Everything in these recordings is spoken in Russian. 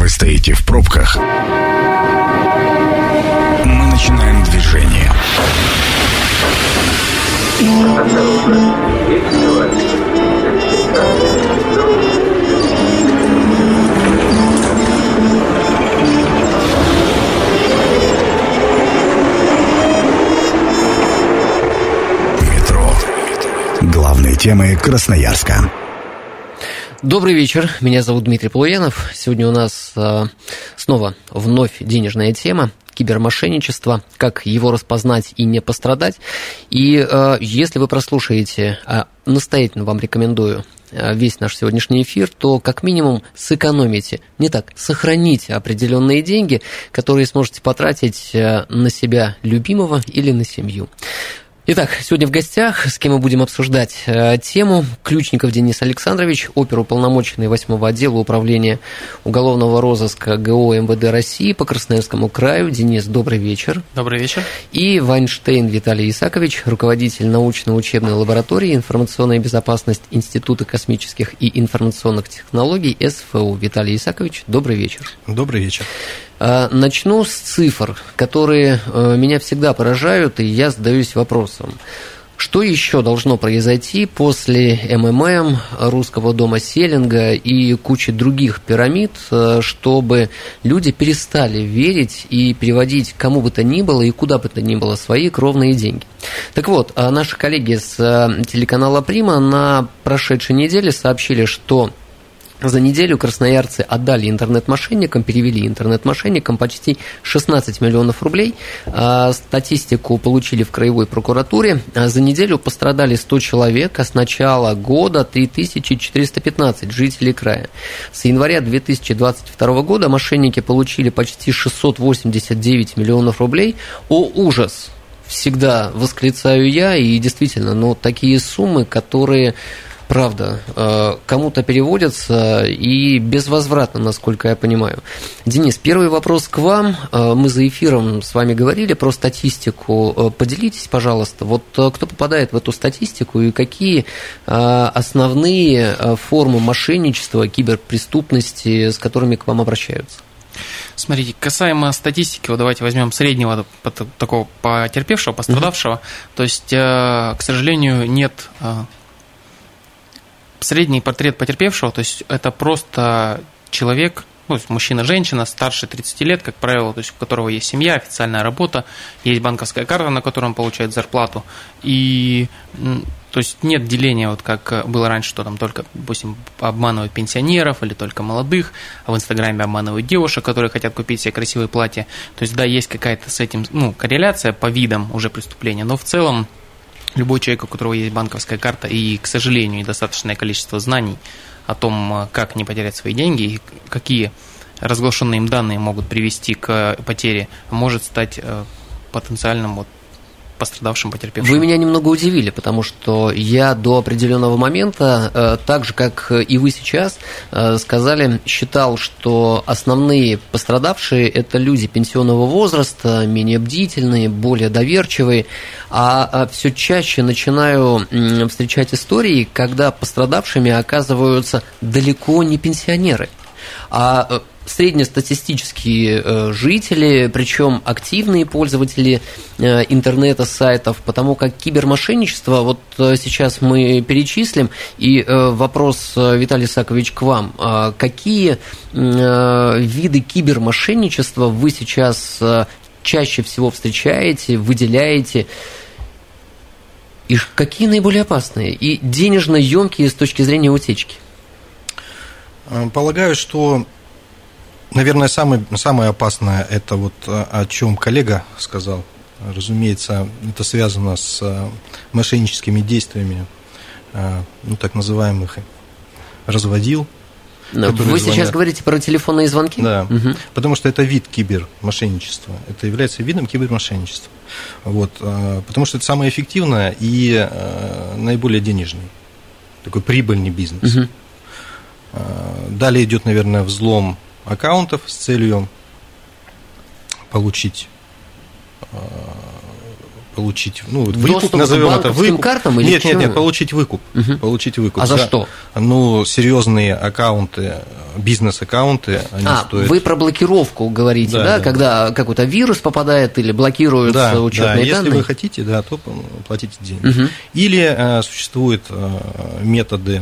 Вы стоите в пробках. Мы начинаем движение. Метро. Главные темы Красноярска. Добрый вечер, меня зовут Дмитрий Полуянов. Сегодня у нас снова вновь денежная тема. Кибермошенничество, как его распознать и не пострадать. И если вы прослушаете, настоятельно вам рекомендую весь наш сегодняшний эфир, то как минимум сэкономите, не так, сохраните определенные деньги, которые сможете потратить на себя любимого или на семью. Итак, сегодня в гостях, с кем мы будем обсуждать тему, Ключников Денис Александрович, оперуполномоченный 8-го отдела управления уголовного розыска ГО МВД России по Красноярскому краю. Денис, добрый вечер. Добрый вечер. И Вайнштейн Виталий Исакович, руководитель научно-учебной лаборатории «Информационная безопасность Института космических и информационных технологий» СФУ. Виталий Исакович, добрый вечер. Добрый вечер. Начну с цифр, которые меня всегда поражают, и я задаюсь вопросом. Что еще должно произойти после МММ, Русского дома Селлинга и кучи других пирамид, чтобы люди перестали верить и переводить кому бы то ни было и куда бы то ни было свои кровные деньги? Так вот, наши коллеги с телеканала «Прима» на прошедшей неделе сообщили, что за неделю красноярцы отдали интернет-мошенникам, перевели интернет-мошенникам почти 16 миллионов рублей. Статистику получили в краевой прокуратуре. За неделю пострадали 100 человек, а с начала года 3415 жителей края. С января 2022 года мошенники получили почти 689 миллионов рублей. О, ужас! Всегда восклицаю я, и действительно, такие суммы, которые... Правда, кому-то переводятся и безвозвратно, насколько я понимаю. Денис, первый вопрос к вам. Мы за эфиром с вами говорили про статистику. Поделитесь, пожалуйста, вот кто попадает в эту статистику и какие основные формы мошенничества, киберпреступности, с которыми к вам обращаются? Смотрите, касаемо статистики, вот давайте возьмем среднего такого потерпевшего, пострадавшего. То есть, к сожалению, нет... Средний портрет потерпевшего, то есть это просто человек, мужчина-женщина, старше 30 лет, как правило, то есть у которого есть семья, официальная работа, есть банковская карта, на которой он получает зарплату, и то есть нет деления, вот как было раньше, что там только, допустим, обманывают пенсионеров или только молодых, а в Инстаграме обманывают девушек, которые хотят купить себе красивые платья. То есть, да, есть какая-то с этим, корреляция по видам уже преступления, но в целом любой человек, у которого есть банковская карта и, к сожалению, недостаточное количество знаний о том, как не потерять свои деньги и какие разглашенные им данные могут привести к потере, может стать потенциальным пострадавшим, потерпевшим. Вы меня немного удивили, потому что я до определенного момента, так же, как и вы сейчас сказали, считал, что основные пострадавшие – это люди пенсионного возраста, менее бдительные, более доверчивые, а все чаще начинаю встречать истории, когда пострадавшими оказываются далеко не пенсионеры, а среднестатистические жители, причем активные пользователи интернета, сайтов, потому как кибермошенничество, вот сейчас мы перечислим, и вопрос, Виталий Исакович, к вам. Какие виды кибермошенничества вы сейчас чаще всего встречаете, выделяете, и какие наиболее опасные и денежно емкие с точки зрения утечки? Полагаю, что, наверное, самое опасное – это вот о чем коллега сказал. Разумеется, это связано с мошенническими действиями, так называемых разводил. Вы сейчас говорите про телефонные звонки? Да, потому что это вид кибермошенничества. Это является видом кибермошенничества. Потому что это самое эффективное и наиболее денежный, такой прибыльный бизнес. Далее идет, наверное, взлом аккаунтов с целью получить получить, ну, выкуп, доступ назовем к это банковским выкуп. картам или Нет, получить выкуп. Получить выкуп. А за что? Ну, серьезные аккаунты, бизнес-аккаунты, они стоят. Вы про блокировку говорите, да? Когда какой-то вирус попадает или блокируются учетные данные? Если вы хотите, то платите деньги. Или существуют методы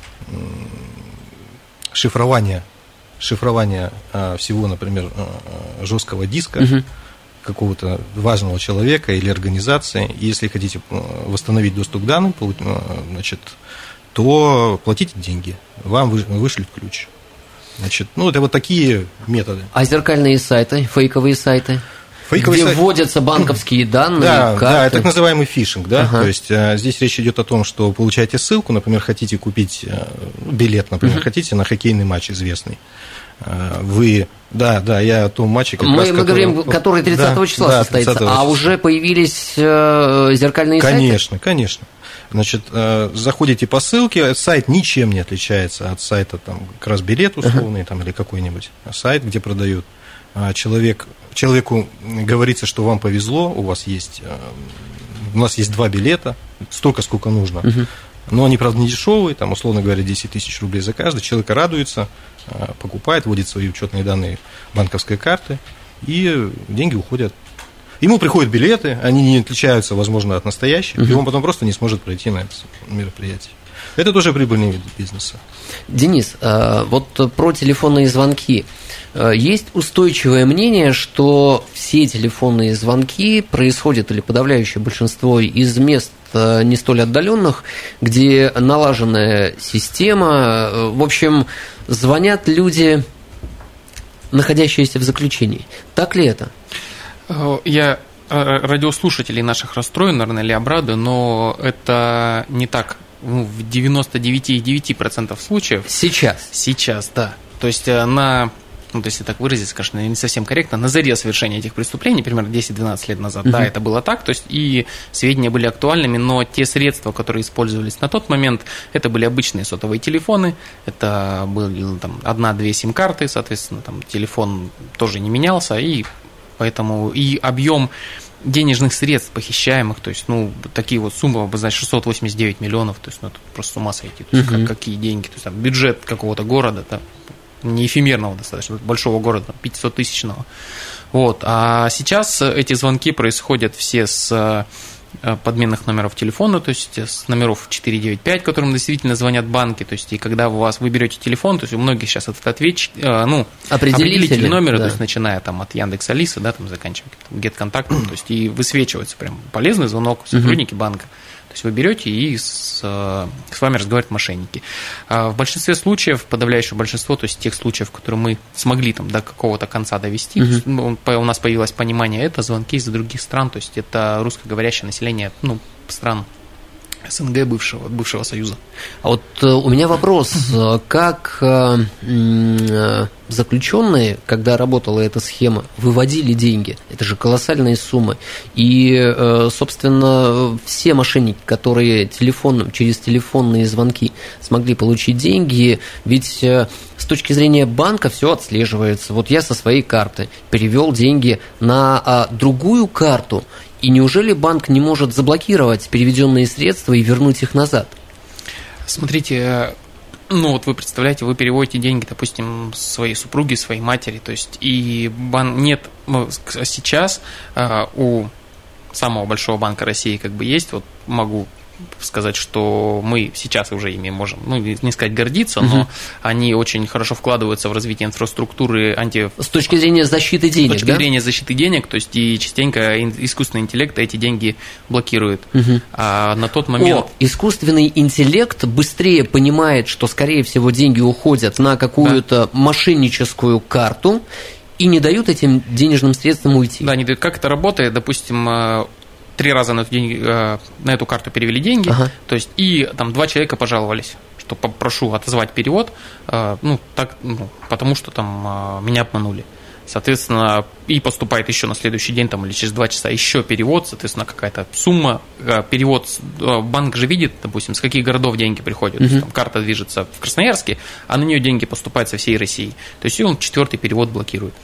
шифрования всего, например, жесткого диска какого-то важного человека или организации. И если хотите восстановить доступ к данным, значит, то платите деньги, вам вышлют ключ. Значит, это вот такие методы. А зеркальные сайты, фейковые сайты? Где вводятся банковские данные, карты? Да, это так называемый фишинг, да. То есть здесь речь идет о том, что получаете ссылку, например, хотите купить билет, например, хотите на хоккейный матч известный. Я о том матче, мы говорим, который 30 числа состоится, 30 числа. Уже появились зеркальные сайты? Конечно. Значит, заходите по ссылке, сайт ничем не отличается от сайта, там, как раз билет условный, там, или какой-нибудь сайт, где продают. Человеку говорится, что вам повезло, у нас есть 2 билета, столько, сколько нужно. Но они, правда, не дешевые, там, условно говоря, 10 тысяч рублей за каждый. Человек радуется, покупает, вводит свои учетные данные банковской карты, и деньги уходят. Ему приходят билеты, они не отличаются, возможно, от настоящих, и он потом просто не сможет пройти на это мероприятие. Это тоже прибыльный вид бизнеса. Денис, вот про телефонные звонки. Есть устойчивое мнение, что все телефонные звонки происходят, или подавляющее большинство, из мест не столь отдаленных, где налаженная система. В общем, звонят люди, находящиеся в заключении. Так ли это? Я радиослушателей наших расстроен, наверное, или обрадую, но это не так. В 99,9% случаев. Сейчас, да. То есть если так выразиться, конечно, не совсем корректно, на заре совершения этих преступлений, примерно 10-12 лет назад, да, это было так, то есть и сведения были актуальными, но те средства, которые использовались на тот момент, это были обычные сотовые телефоны, это были там 1-2 сим-карты, соответственно, там телефон тоже не менялся, и поэтому и объем денежных средств похищаемых, то есть, такие вот суммы обозначить 689 миллионов, то есть, это просто с ума сойти, то есть, какие деньги, то есть, там, бюджет какого-то города, не эфемерного достаточно, большого города, 500-тысячного. Вот. А сейчас эти звонки происходят все с подменных номеров телефона, то есть с номеров 495, которым действительно звонят банки, то есть и когда вы берете телефон, то есть у многих сейчас этот определитель номера, да. То есть начиная там от Яндекс.Алисы, да, там заканчивая GetContact, то есть и высвечивается прям полезный звонок, сотрудники банка. То есть вы берете и с вами разговаривают мошенники. В большинстве случаев, подавляющее большинство, то есть тех случаев, которые мы смогли там до какого-то конца довести, у нас появилось понимание, это звонки из других стран, то есть это русскоговорящее население стран СНГ бывшего Союза. А вот у меня вопрос, как заключенные, когда работала эта схема, выводили деньги? Это же колоссальные суммы. И, собственно, все мошенники, которые через телефонные звонки смогли получить деньги, ведь с точки зрения банка все отслеживается. Вот я со своей карты перевел деньги на другую карту, и неужели банк не может заблокировать переведенные средства и вернуть их назад? Смотрите, вы представляете, вы переводите деньги, допустим, своей супруге, своей матери, то есть и сейчас у самого большого банка России есть, могу сказать, что мы сейчас уже ими можем, не сказать гордиться, но они очень хорошо вкладываются в развитие инфраструктуры С точки зрения защиты денег, С точки зрения защиты денег, то есть и частенько искусственный интеллект эти деньги блокирует. А на тот момент... Искусственный интеллект быстрее понимает, что, скорее всего, деньги уходят на какую-то мошенническую карту и не дают этим денежным средствам уйти. Да, не дают. Как это работает? Допустим, 3 раза на эту карту перевели деньги, то есть и там 2 человека пожаловались, что прошу отозвать перевод, потому что там меня обманули. Соответственно, и поступает еще на следующий день или через 2 часа еще перевод, соответственно, какая-то сумма, перевод, банк же видит, допустим, с каких городов деньги приходят, то есть, там карта движется в Красноярске, а на нее деньги поступают со всей России, то есть и он 4-й перевод блокирует.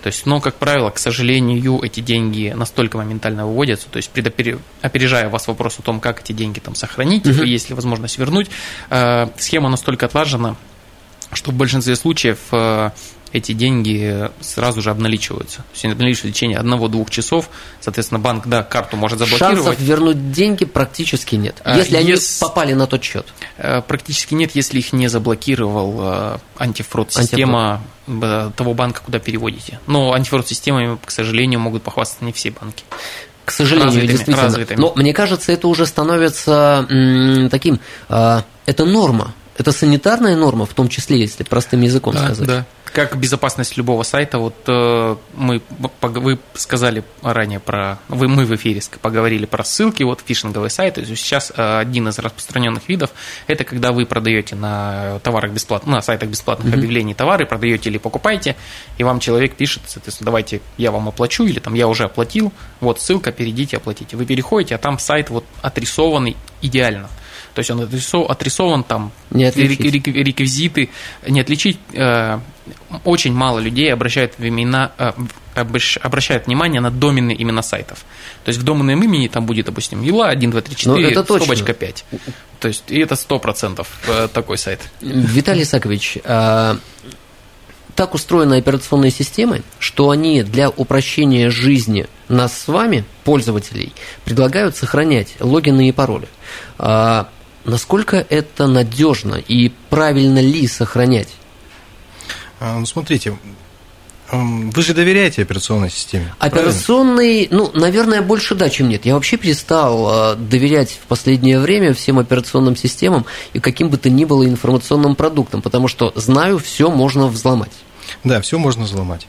То есть, но, как правило, к сожалению, эти деньги настолько моментально выводятся, то есть, опережая вас вопрос о том, как эти деньги там сохранить, есть ли возможность вернуть, схема настолько отлажена, что в большинстве случаев эти деньги сразу же обналичиваются. То есть, они обналичиваются в течение 1-2 часов, соответственно, банк, да, карту может заблокировать. Шансов вернуть деньги практически нет, если они попали на тот счет. Практически нет, если их не заблокировал антифрод-система того банка, куда переводите. Но антифрод-системами, к сожалению, могут похвастаться не все банки. К сожалению, действительно. Развитыми. Но мне кажется, это уже становится таким, это норма. Это санитарная норма, в том числе, если простым языком сказать. Да. Как безопасность любого сайта. Вот вы сказали ранее мы в эфире поговорили про ссылки, вот фишинговые сайты. Сейчас один из распространенных видов – это когда вы продаете на сайтах бесплатных объявлений товары, продаете или покупаете, и вам человек пишет, соответственно, давайте я вам оплачу, или там я уже оплатил, вот ссылка, перейдите, оплатите. Вы переходите, а там сайт вот отрисованный идеально. То есть он отрисован, там реквизиты, не отличить. Очень мало людей обращают внимание на доменные имена сайтов. То есть в доменном имени там будет, допустим, EULA 1, 2, 3, 4, скобочка 5. То есть и это 100% такой сайт. Виталий Исакович, так устроены операционные системы, что они для упрощения жизни нас с вами, пользователей, предлагают сохранять логины и пароли. Насколько это надежно и правильно ли сохранять? Смотрите, вы же доверяете операционной системе? Операционной, наверное, больше да, чем нет. Я вообще перестал доверять в последнее время всем операционным системам и каким бы то ни было информационным продуктам, потому что знаю, все можно взломать. Да, все можно взломать.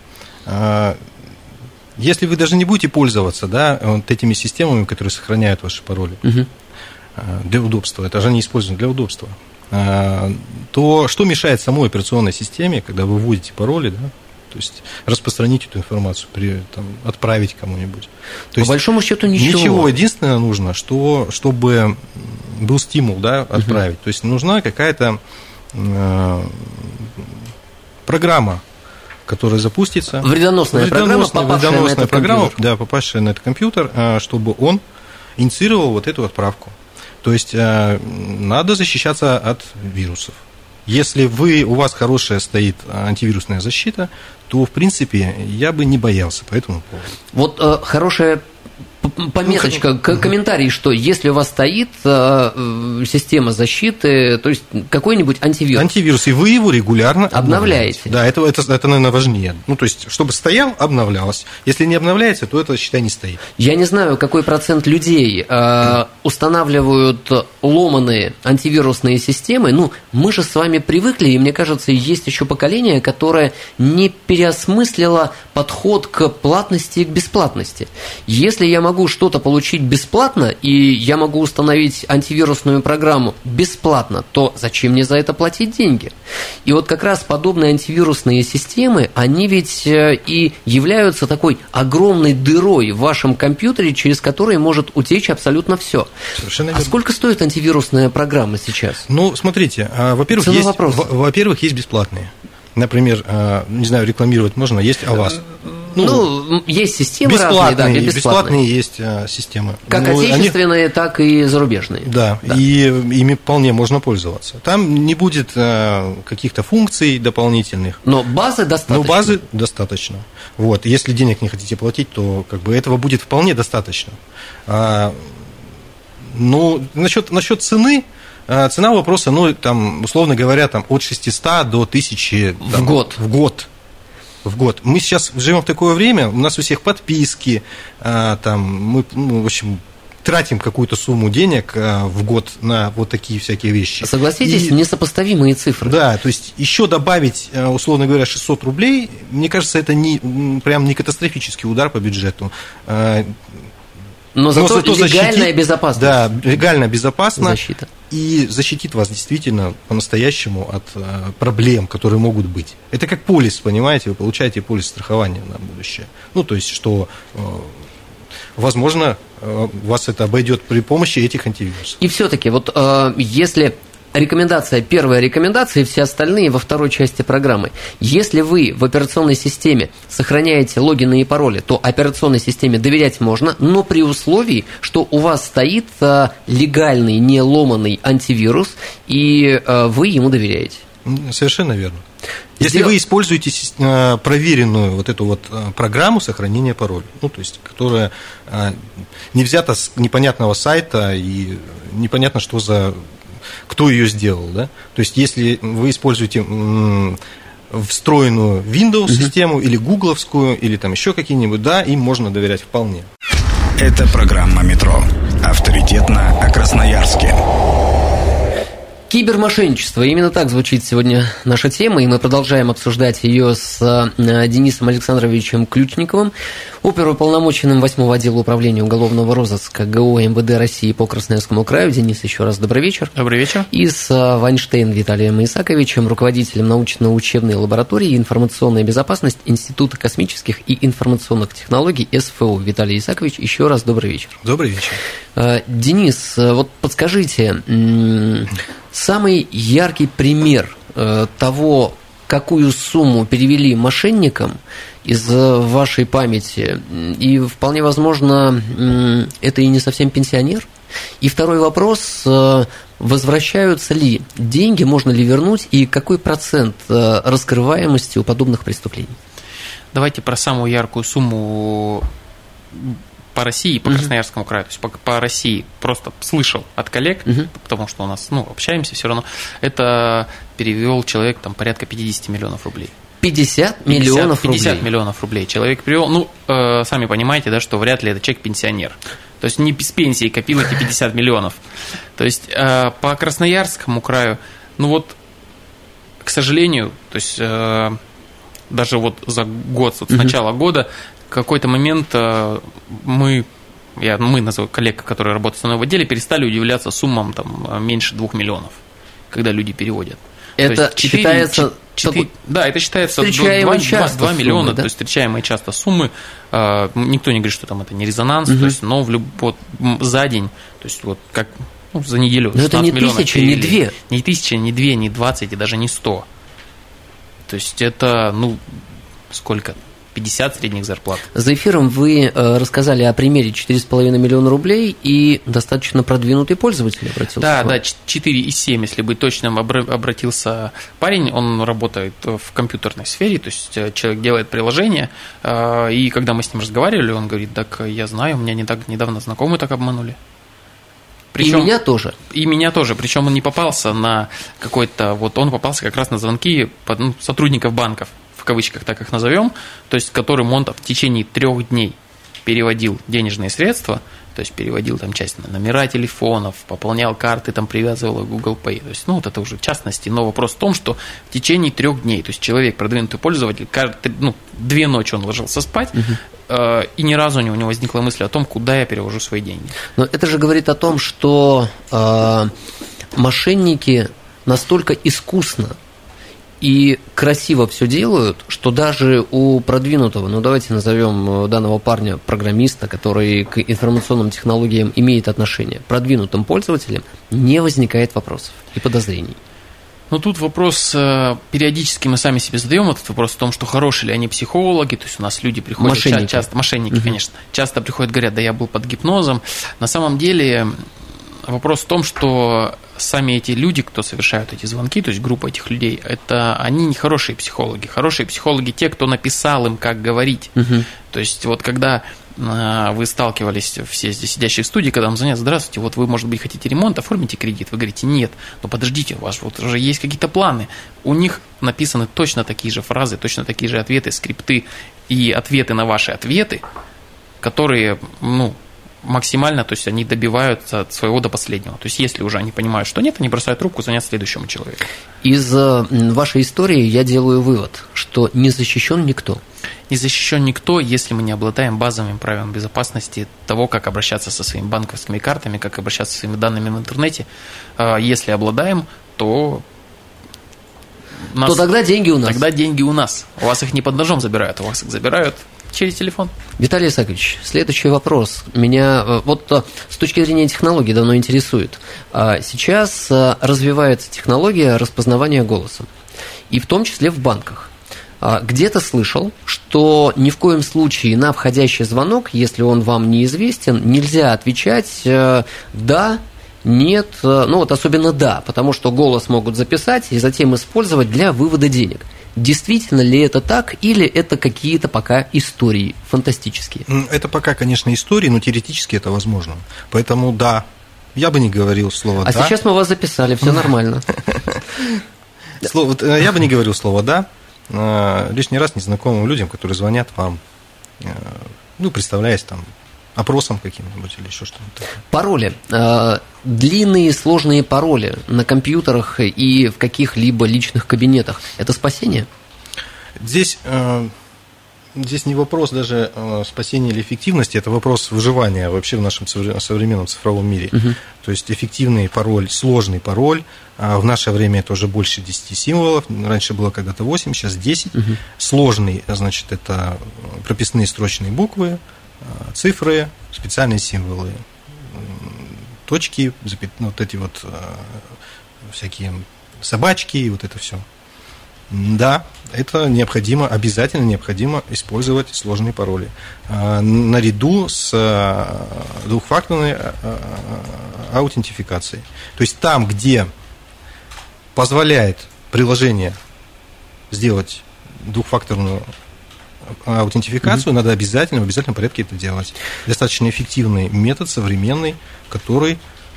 Если вы даже не будете пользоваться, вот этими системами, которые сохраняют ваши пароли, для удобства, это же они используют для удобства, то что мешает самой операционной системе, когда вы вводите пароли, то есть распространить эту информацию, отправить кому-нибудь. По большому счету ничего. Ничего, единственное нужно, чтобы был стимул отправить. То есть нужна какая-то программа, которая запустится. Вредоносная программа, попавшая на этот компьютер, чтобы он инициировал вот эту отправку. То есть надо защищаться от вирусов. Если у вас хорошая стоит антивирусная защита, то, в принципе, я бы не боялся по этому поводу. Вот хорошая пометочка, комментарий, что если у вас стоит система защиты, то есть какой-нибудь антивирус. Антивирус, и вы его регулярно обновляете. Да, это, наверное, важнее. То есть, чтобы стоял, обновлялось. Если не обновляется, то это, считай, не стоит. Я не знаю, какой процент людей устанавливают ломаные антивирусные системы. Мы же с вами привыкли, и мне кажется, есть еще поколение, которое не переосмыслило подход к платности и к бесплатности. Если я могу что-то получить бесплатно, и я могу установить антивирусную программу бесплатно, то зачем мне за это платить деньги? И вот как раз подобные антивирусные системы, они ведь и являются такой огромной дырой в вашем компьютере, через которую может утечь абсолютно все. Совершенно верно. А сколько стоит антивирусная программа сейчас? Смотрите, во-первых, есть бесплатные. Например, не знаю, рекламировать можно, есть Avast. Есть системы разные, бесплатные есть системы. Как отечественные, так и зарубежные. Да, и ими вполне можно пользоваться. Там не будет каких-то функций дополнительных. Но базы достаточно. Вот, если денег не хотите платить, то этого будет вполне достаточно. Насчет цены. Цена вопроса, условно говоря, от 600 до 1000 в год. В год. Мы сейчас живем в такое время, у нас у всех подписки, мы, в общем, тратим какую-то сумму денег в год на вот такие всякие вещи. Согласитесь, несопоставимые цифры. Да, то есть еще добавить, условно говоря, 600 рублей, мне кажется, это прям не катастрофический удар по бюджету. Но зато легально и безопасно. Да, легально, безопасно. Защита. И защитит вас действительно по-настоящему от проблем, которые могут быть. Это как полис, понимаете, вы получаете полис страхования на будущее. То есть, что, возможно, вас это обойдет при помощи этих антивирусов. И все-таки, если первая рекомендация и все остальные во второй части программы. Если вы в операционной системе сохраняете логины и пароли, то операционной системе доверять можно, но при условии, что у вас стоит легальный, не ломаный антивирус, и вы ему доверяете. Совершенно верно. Если вы используете проверенную вот эту вот программу сохранения пароля, ну, то есть, которая не взята с непонятного сайта и непонятно, кто ее сделал, да? То есть, если вы используете встроенную Windows-систему или гугловскую, или там еще какие-нибудь, да, им можно доверять вполне. Это программа «Метро». Авторитетно о Красноярске. Кибермошенничество. Именно так звучит сегодня наша тема, и мы продолжаем обсуждать ее с Денисом Александровичем Ключниковым, оперуполномоченным 8-го отдела управления уголовного розыска ГО МВД России по Красноярскому краю. Денис, еще раз добрый вечер. Добрый вечер. И с Вайнштейн Виталием Исаковичем, руководителем научно-учебной лаборатории «Информационная безопасность» Института космических и информационных технологий СФО. Виталий Исакович, еще раз добрый вечер. Добрый вечер. Денис, вот подскажите, самый яркий пример того, какую сумму перевели мошенникам из вашей памяти, и вполне возможно, это и не совсем пенсионер. И второй вопрос, возвращаются ли деньги, можно ли вернуть, и какой процент раскрываемости у подобных преступлений? Давайте про самую яркую сумму по России, по Красноярскому краю, то есть по России просто слышал от коллег, потому что у нас, общаемся все равно, это перевел человек там порядка 50 миллионов рублей. 50 миллионов рублей человек перевел. Сами понимаете, да, что вряд ли это человек-пенсионер. То есть не без пенсии копил эти 50 миллионов. То есть по Красноярскому краю, к сожалению, то есть даже вот за год, с начала года, в какой-то момент мы, назову коллег, которые работают со мной в отделе, перестали удивляться суммам там, меньше 2 миллионов, когда люди переводят. Это считается... Да, это считается 2 миллиона, да? То есть встречаемые часто суммы. Никто не говорит, что там это не резонанс, то есть, но за день, то есть вот как за неделю. Но это не 1000, не 2. Не 1000, не 2, не 20 и даже не 100. То есть это, сколько? 50 средних зарплат. За эфиром вы рассказали о примере 4,5 миллиона рублей, и достаточно продвинутый пользователь обратился. Да, 4,7, если быть точным, обратился парень, он работает в компьютерной сфере, то есть человек делает приложение, и когда мы с ним разговаривали, он говорит, так я знаю, меня не так недавно знакомые так обманули. Причем, и меня тоже. И меня тоже. Причем он не попался на какой-то... он попался как раз на звонки сотрудников банков, в кавычках так их назовем, то есть которым он в течение 3 дней переводил денежные средства, то есть переводил там часть на номера телефонов, пополнял карты, там привязывал Google Pay. То есть, это уже в частности, но вопрос в том, что в течение 3 дней, то есть человек, продвинутый пользователь, 2 ночи он ложился спать, и ни разу у него не возникла мысль о том, куда я перевожу свои деньги. Но это же говорит о том, что мошенники настолько искусно и красиво все делают, что даже у продвинутого, давайте назовем данного парня программиста, который к информационным технологиям имеет отношение, продвинутым пользователям не возникает вопросов и подозрений. Тут вопрос, периодически мы сами себе задаем этот вопрос о том, что хорошие ли они психологи, то есть у нас люди приходят, мошенники, конечно, часто приходят, говорят, да я был под гипнозом. На самом деле вопрос в том, что сами эти люди, кто совершают эти звонки, то есть группа этих людей, они не хорошие психологи. Хорошие психологи те, кто написал им, как говорить. То есть когда вы сталкивались, все здесь сидящие в студии, когда вам звонят, здравствуйте, вы, может быть, хотите ремонт, оформите кредит. Вы говорите, нет, но подождите, у вас уже есть какие-то планы. У них написаны точно такие же фразы, точно такие же ответы, скрипты и ответы на ваши ответы, которые, максимально, то есть они добиваются от своего до последнего. То есть если уже они понимают, что нет, они бросают трубку, звонят следующему человеку. Из вашей истории я делаю вывод, что не защищен никто. Не защищен никто, если мы не обладаем базовыми правилами безопасности того, как обращаться со своими банковскими картами, как обращаться со своими данными в интернете. Если обладаем, то тогда деньги у нас. Тогда деньги у нас. У вас их не под ножом забирают, у вас их забирают через телефон. Виталий Исаакович, следующий вопрос. Меня вот с точки зрения технологий давно интересует. Сейчас развивается технология распознавания голоса, и в том числе в банках. Где-то слышал, что ни в коем случае на входящий звонок, если он вам неизвестен, нельзя отвечать «да», «нет», ну вот особенно «да», потому что голос могут записать и затем использовать для вывода денег. Действительно ли это так, или это какие-то пока истории фантастические? Это пока, конечно, истории, но теоретически это возможно. Поэтому да, я бы не говорил слово «да». А сейчас мы вас записали, все нормально. Я бы не говорил слово «да» лишний раз незнакомым людям, которые звонят вам, ну, представляясь там опросом каким-нибудь или еще что-нибудь такое. Пароли. Длинные сложные пароли на компьютерах и в каких-либо личных кабинетах. Это спасение? Здесь не вопрос даже спасения или эффективности, это вопрос выживания вообще в нашем современном цифровом мире. То есть эффективный пароль, сложный пароль, в наше время это уже больше 10 символов, раньше было когда-то 8, сейчас 10. Сложный, значит, это прописные строчные буквы, цифры, специальные символы, точки, вот эти вот всякие собачки и вот это все. Да, это необходимо, обязательно необходимо использовать сложные пароли наряду с двухфакторной аутентификацией. То есть там, где позволяет приложение сделать двухфакторную аутентификацию, надо обязательно, в обязательном порядке это делать. Достаточно эффективный метод, современный, который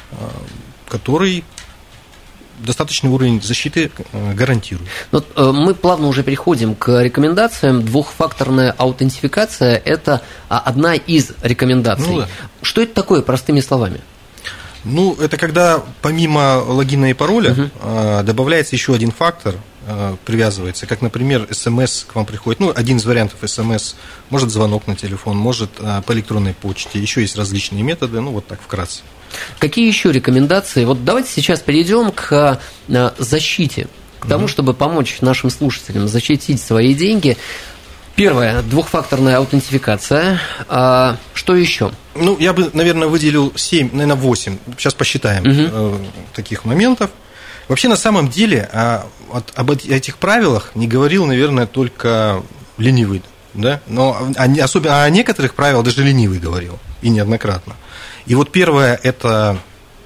достаточный уровень защиты гарантирует. Вот, мы плавно уже переходим к рекомендациям. Двухфакторная аутентификация – это одна из рекомендаций. Ну, да. Что это такое, простыми словами? Ну, это когда помимо логина и пароля добавляется еще один фактор, привязывается, как, например, СМС к вам приходит. Ну, один из вариантов СМС, может звонок на телефон, может по электронной почте. Еще есть различные методы, ну, вот так вкратце. Какие еще рекомендации? Вот давайте сейчас перейдем к защите, к тому, чтобы помочь нашим слушателям защитить свои деньги. Первое, двухфакторная аутентификация. Что еще? Ну, я бы, наверное, выделил 7, наверное, 8. Сейчас посчитаем таких моментов. Вообще, на самом деле, об этих правилах не говорил, наверное, только ленивый. Да? Но особенно о некоторых правилах даже ленивый говорил, и неоднократно. И вот первое – это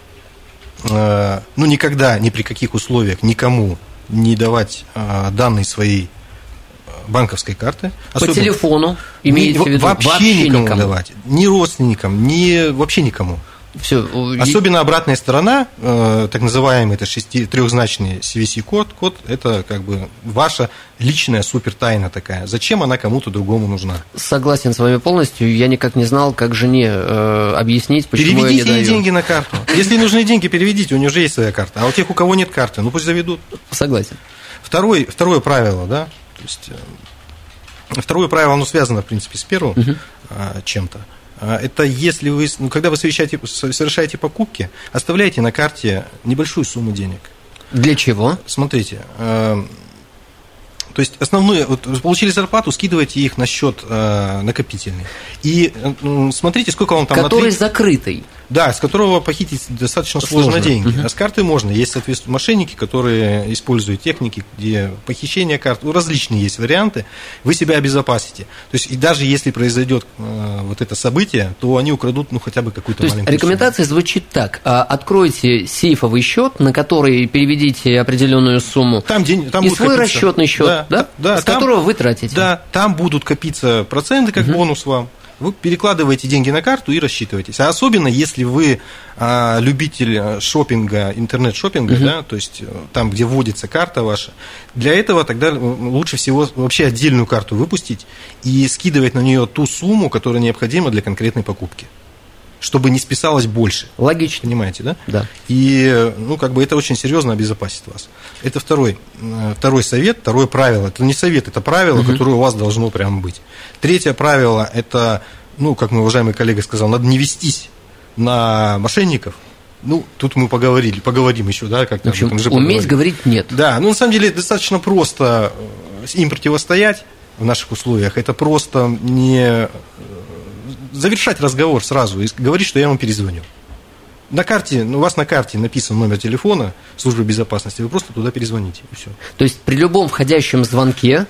ну, никогда, ни при каких условиях никому не давать данные своей банковской карты. По телефону, имеется в виду? Вообще никому давать. Ни родственникам, ни вообще никому. Все. Особенно обратная сторона, так называемый это трехзначный CVC-код, это как бы ваша личная супертайна такая. Зачем она кому-то другому нужна? Согласен с вами полностью. Я никак не знал, как жене объяснить, почему я не даю. Переведите ей деньги на карту. Если нужны деньги, переведите, у нее уже есть своя карта. А у тех, у кого нет карты, ну пусть заведут. Согласен. Второе правило, да, то есть второе правило, оно связано, в принципе, с первым чем-то. Это если вы, когда вы совершаете покупки, оставляйте на карте небольшую сумму денег. Для чего? Смотрите, то есть основную, вот получили зарплату, скидывайте их на счет накопительный. И смотрите, сколько вам там... Который закрытый. Да, с которого похитить достаточно сложно деньги. А с карты можно. Есть, соответственно, мошенники, которые используют техники, где похищение карт, различные есть варианты, вы себя обезопасите. То есть, и даже если произойдет вот это событие, то они украдут, хотя бы какую-то маленькую сумму. Рекомендация звучит так. Откройте сейфовый счет, на который переведите определенную сумму, там и свой расчетный счет, с которого вы тратите. Да, там будут копиться проценты, как бонус вам. Вы перекладываете деньги на карту и рассчитываетесь. А особенно, если вы любитель шопинга, интернет-шопинга, да, то есть там, где вводится карта ваша, для этого тогда лучше всего вообще отдельную карту выпустить и скидывать на нее ту сумму, которая необходима для конкретной покупки, чтобы не списалось больше. Логично. Понимаете, да? Да. И, это очень серьезно обезопасит вас. Это второй совет, второе правило. Это не совет, это правило, которое у вас должно прямо быть. Третье правило, это, как мой уважаемый коллега сказал, надо не вестись на мошенников. Тут мы поговорим еще, да, как-то. В общем, уметь говорить нет. Да, на самом деле достаточно просто им противостоять. в наших условиях – это просто не завершать разговор сразу и говорить, что я вам перезвоню. На карте, у вас на карте написан номер телефона службы безопасности, вы просто туда перезвоните, и все. То есть при любом входящем звонке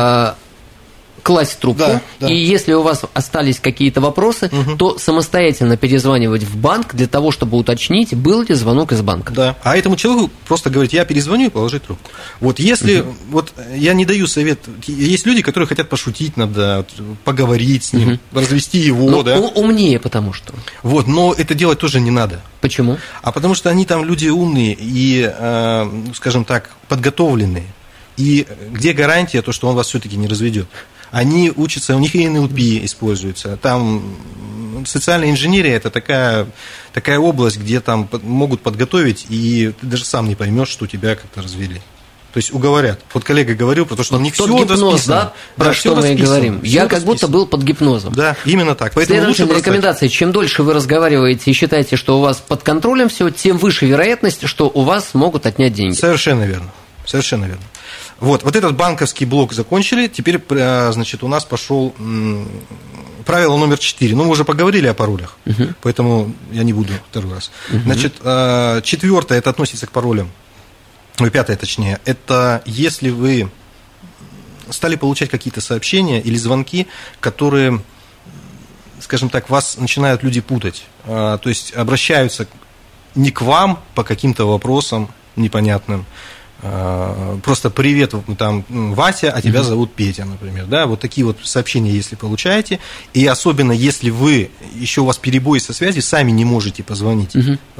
класть трубку, и если у вас остались какие-то вопросы, то самостоятельно перезванивать в банк для того, чтобы уточнить, был ли звонок из банка. Да, а этому человеку просто говорить, я перезвоню и положить трубку. Вот если, вот я не даю совет, есть люди, которые хотят пошутить, надо поговорить с ним, развести его, но умнее, потому что. Вот, но это делать тоже не надо. Почему? А потому что они там люди умные и, скажем так, подготовленные. И где гарантия, то, что он вас все-таки не разведет? Они учатся, у них и НЛП используется. Там социальная инженерия – это такая область, где там могут подготовить, и ты даже сам не поймешь, что тебя как-то развели. То есть уговорят. Вот коллега говорил, потому что у них все гипноз, расписано. Про что мы и говорим. Я как будто был под гипнозом. Да, именно так. Поэтому следующая рекомендация. Чем дольше вы разговариваете и считаете, что у вас под контролем все, тем выше вероятность, что у вас могут отнять деньги. Совершенно верно. Совершенно верно. Вот этот банковский блок закончили, теперь, значит, у нас пошел правило номер 4. Ну, мы уже поговорили о паролях, поэтому я не буду второй раз. Значит, 4-е, это относится к паролям, 5-е точнее, это если вы стали получать какие-то сообщения или звонки, которые, скажем так, вас начинают люди путать, то есть обращаются не к вам по каким-то вопросам непонятным, просто привет, там, Вася, а тебя зовут Петя, например, да, вот такие вот сообщения, если получаете, и особенно если вы, еще у вас перебои со связью, сами не можете позвонить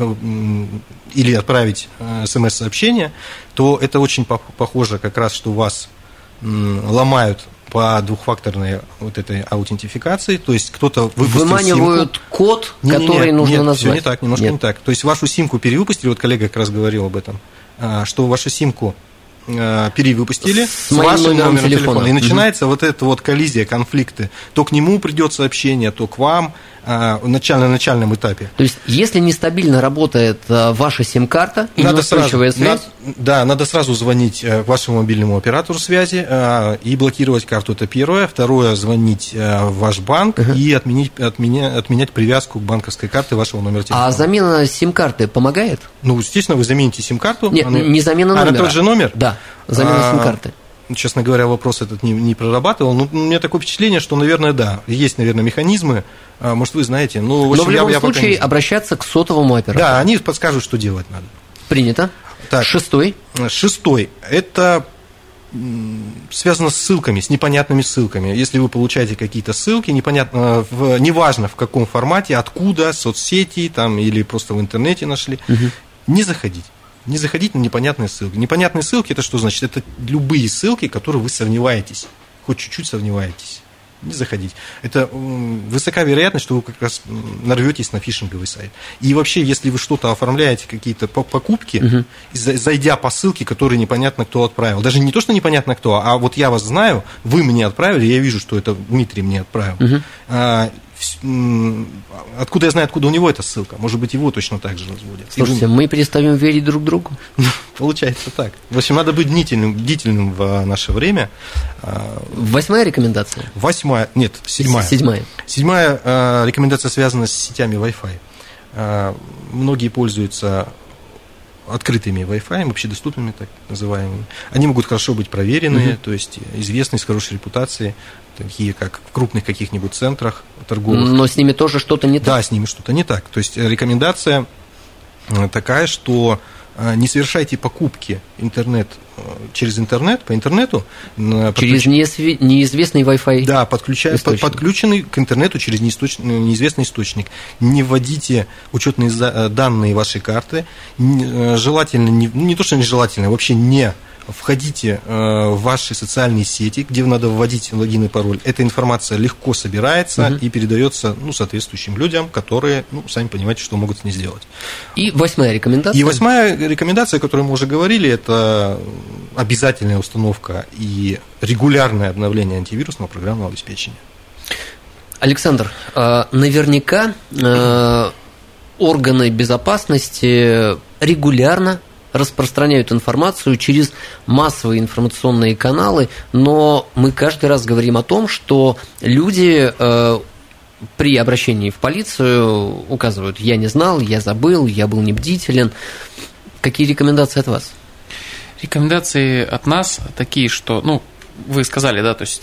или отправить смс-сообщение, то это очень похоже как раз, что вас ломают по двухфакторной вот этой аутентификации, то есть кто-то выпустил выманивают симку. код, который нужно назвать. Все не так, немножко не так. То есть вашу симку перевыпустили, вот коллега как раз говорил об этом, что вашу симку перевыпустили с вашим номером телефона. И начинается вот эта вот коллизия, конфликты. То к нему придет сообщение, то к вам на начальном этапе. То есть, если нестабильно работает ваша сим-карта и неустойчивая связь... Надо сразу звонить к вашему мобильному оператору связи и блокировать карту. Это первое. Второе, звонить в ваш банк и отменять привязку к банковской карте вашего номера телефона. А замена сим-карты помогает? Ну, естественно, вы замените сим-карту. Нет, не замена номера. На тот же номер? Да, замена сим-карты. Честно говоря, вопрос этот не прорабатывал. Но у меня такое впечатление, что, наверное, да, есть, наверное, механизмы. Может, вы знаете. Но в любом случае обращаться к сотовому оператору. Да, они подскажут, что делать надо. Принято. Так, 6-й. 6-й. Это связано с ссылками, с непонятными ссылками. Если вы получаете какие-то ссылки, неважно в каком формате, откуда, соцсети там, или просто в интернете нашли, не заходить. Не заходить на непонятные ссылки. Непонятные ссылки – это что значит? Это любые ссылки, которые вы сомневаетесь, хоть чуть-чуть сомневаетесь. Не заходить. Это высока вероятность, что вы как раз нарветесь на фишинговый сайт. И вообще, если вы что-то оформляете, какие-то покупки, зайдя по ссылке, которую непонятно кто отправил, даже не то, что непонятно кто, а вот я вас знаю, вы мне отправили, я вижу, что это Дмитрий мне отправил. Откуда я знаю, откуда у него эта ссылка? Может быть, его точно так же разводят. Слушайте, мы перестаем верить друг другу. Получается так. В общем, надо быть бдительным в наше время. 8-я рекомендация? 8-я, нет, 7-я. 7-я рекомендация связана с сетями Wi-Fi. Многие пользуются открытыми Wi-Fi, общедоступными, так называемыми. Они могут хорошо быть проверенные, то есть известные, с хорошей репутацией, такие как в крупных каких-нибудь центрах торговых. Но с ними тоже что-то не так? Да, с ними что-то не так. То есть рекомендация такая, что не совершайте покупки через интернет, по интернету. Через неизвестный Wi-Fi. Да, подключенный к интернету через неизвестный источник. Не вводите учетные данные вашей карты. Желательно, не то, что нежелательно, вообще не входите в ваши социальные сети, где надо вводить логин и пароль. Эта информация легко собирается и передается соответствующим людям, которые, сами понимаете, что могут с ней сделать. И 8-я рекомендация? И 8-я рекомендация, о которой мы уже говорили, это обязательная установка и регулярное обновление антивирусного программного обеспечения. Александр, наверняка органы безопасности регулярно распространяют информацию через массовые информационные каналы, но мы каждый раз говорим о том, что люди при обращении в полицию указывают: я не знал, я забыл, я был nebдителен. Какие рекомендации от вас? Рекомендации от нас такие, что, вы сказали, да, то есть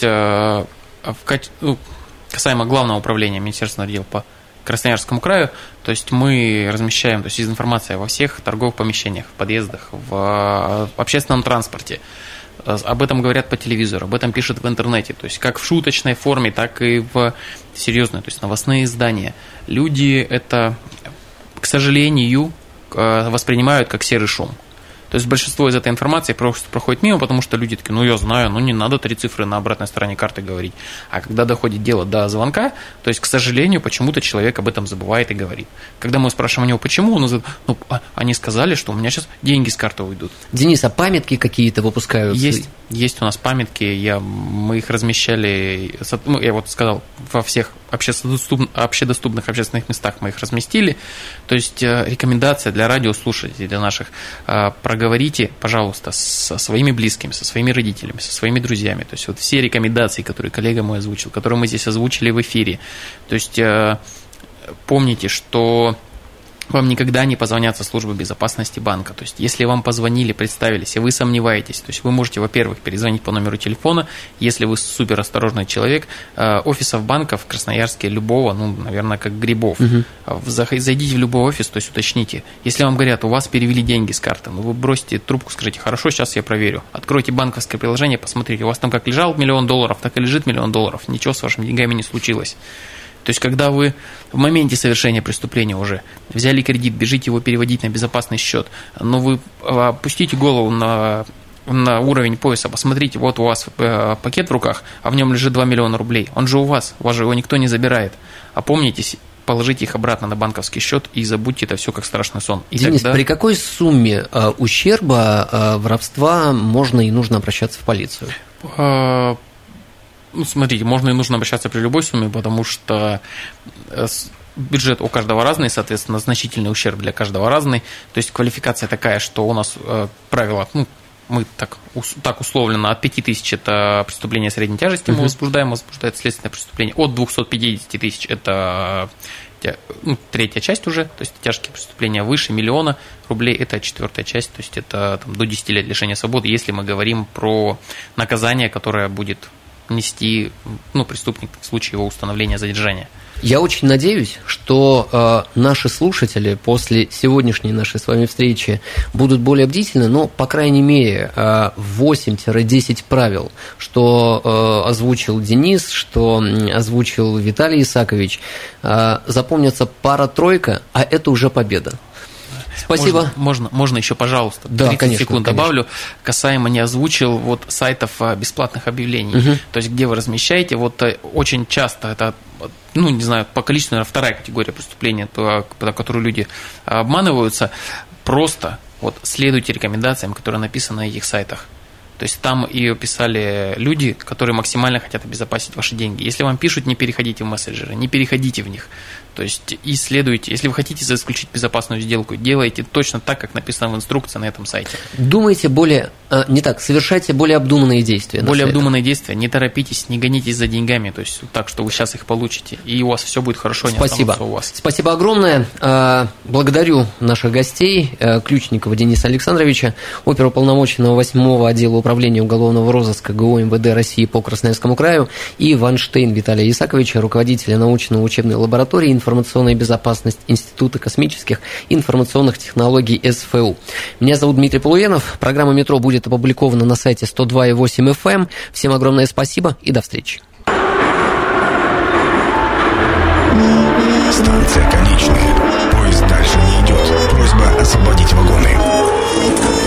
касаемо Главного управления Министерственного дел по Красноярскому краю, то есть мы размещаем, то есть, информация во всех торговых помещениях, в подъездах, в общественном транспорте. Об этом говорят по телевизору, об этом пишут в интернете, то есть как в шуточной форме, так и в серьезной, то есть новостные издания. Люди это, к сожалению, воспринимают как серый шум. То есть большинство из этой информации просто проходит мимо, потому что люди такие: я знаю, не надо 3 цифры на обратной стороне карты говорить. А когда доходит дело до звонка, то есть, к сожалению, почему-то человек об этом забывает и говорит. Когда мы спрашиваем у него, почему, он говорит: они сказали, что у меня сейчас деньги с карты уйдут. Денис, а памятки какие-то выпускаются? Есть у нас памятки, мы их размещали, я вот сказал, во всех общедоступных общественных местах мы их разместили. То есть рекомендация для радиослушателей, для наших: проговорите, пожалуйста, со своими близкими, со своими родителями, со своими друзьями. То есть вот все рекомендации, которые коллега мой озвучил, которые мы здесь озвучили в эфире. То есть помните, что вам никогда не позвонят со службы безопасности банка. То есть, если вам позвонили, представились, и вы сомневаетесь, то есть вы можете, во-первых, перезвонить по номеру телефона, если вы суперосторожный человек. Офисов банков в Красноярске любого, наверное, как грибов. Зайдите в любой офис, то есть уточните. Если вам говорят: у вас перевели деньги с карты, вы бросите трубку, скажите: хорошо, сейчас я проверю. Откройте банковское приложение, посмотрите, у вас там как лежал $1 миллион, так и лежит $1 миллион. Ничего с вашими деньгами не случилось. То есть, когда вы в моменте совершения преступления уже взяли кредит, бежите его переводить на безопасный счет, но вы опустите голову на уровень пояса, посмотрите, вот у вас пакет в руках, а в нем лежит $2 миллиона. Он же у вас же его никто не забирает. Опомнитесь, положите их обратно на банковский счет и забудьте это все как страшный сон. И Денис, при какой сумме ущерба, воровства можно и нужно обращаться в полицию? Смотрите, можно и нужно обращаться при любой сумме, потому что бюджет у каждого разный, соответственно, значительный ущерб для каждого разный. То есть квалификация такая, что у нас правило, мы так условлено, от 5000 это преступление средней тяжести, мы возбуждает следственное преступление, от 250 тысяч это третья часть уже, то есть тяжкие преступления, выше $1 миллиона это 4-я часть, то есть это до 10 лет лишения свободы, если мы говорим про наказание, которое будет нести преступник в случае его установления задержания. Я очень надеюсь, что наши слушатели после сегодняшней нашей с вами встречи будут более бдительны, но, по крайней мере, 8-10 правил, что озвучил Денис, что озвучил Виталий Исакович, запомнятся пара-тройка, а это уже победа. Спасибо. Можно еще, пожалуйста, 30 секунд добавлю. Касаемо не озвучил сайтов бесплатных объявлений, то есть где вы размещаете, очень часто это, не знаю, по количеству, наверное, вторая категория преступления, по которой люди обманываются, просто следуйте рекомендациям, которые написаны на этих сайтах. То есть там ее писали люди, которые максимально хотят обезопасить ваши деньги. Если вам пишут, не переходите в мессенджеры, не переходите в них. То есть исследуйте. Если вы хотите заключить безопасную сделку, делайте точно так, как написано в инструкции на этом сайте. Думайте совершайте более обдуманные действия. Более обдуманные действия. Не торопитесь, не гонитесь за деньгами, то есть так, что вы сейчас их получите, и у вас все будет хорошо, не останутся у вас. Спасибо огромное. Благодарю наших гостей: Ключникова Дениса Александровича, оперуполномоченного 8-го отдела управления уголовного розыска ГУ МВД России по Красноярскому краю, и Ванштейн Виталия Исаковича, руководителя научно-учебной лаборатории информационная безопасность Института космических и информационных технологий СФУ. Меня зовут Дмитрий Полуенов. Программа «Метро» будет опубликована на сайте 102.8 FM. Всем огромное спасибо и до встречи. Станция конечная. Поезд дальше не идет. Просьба освободить вагоны.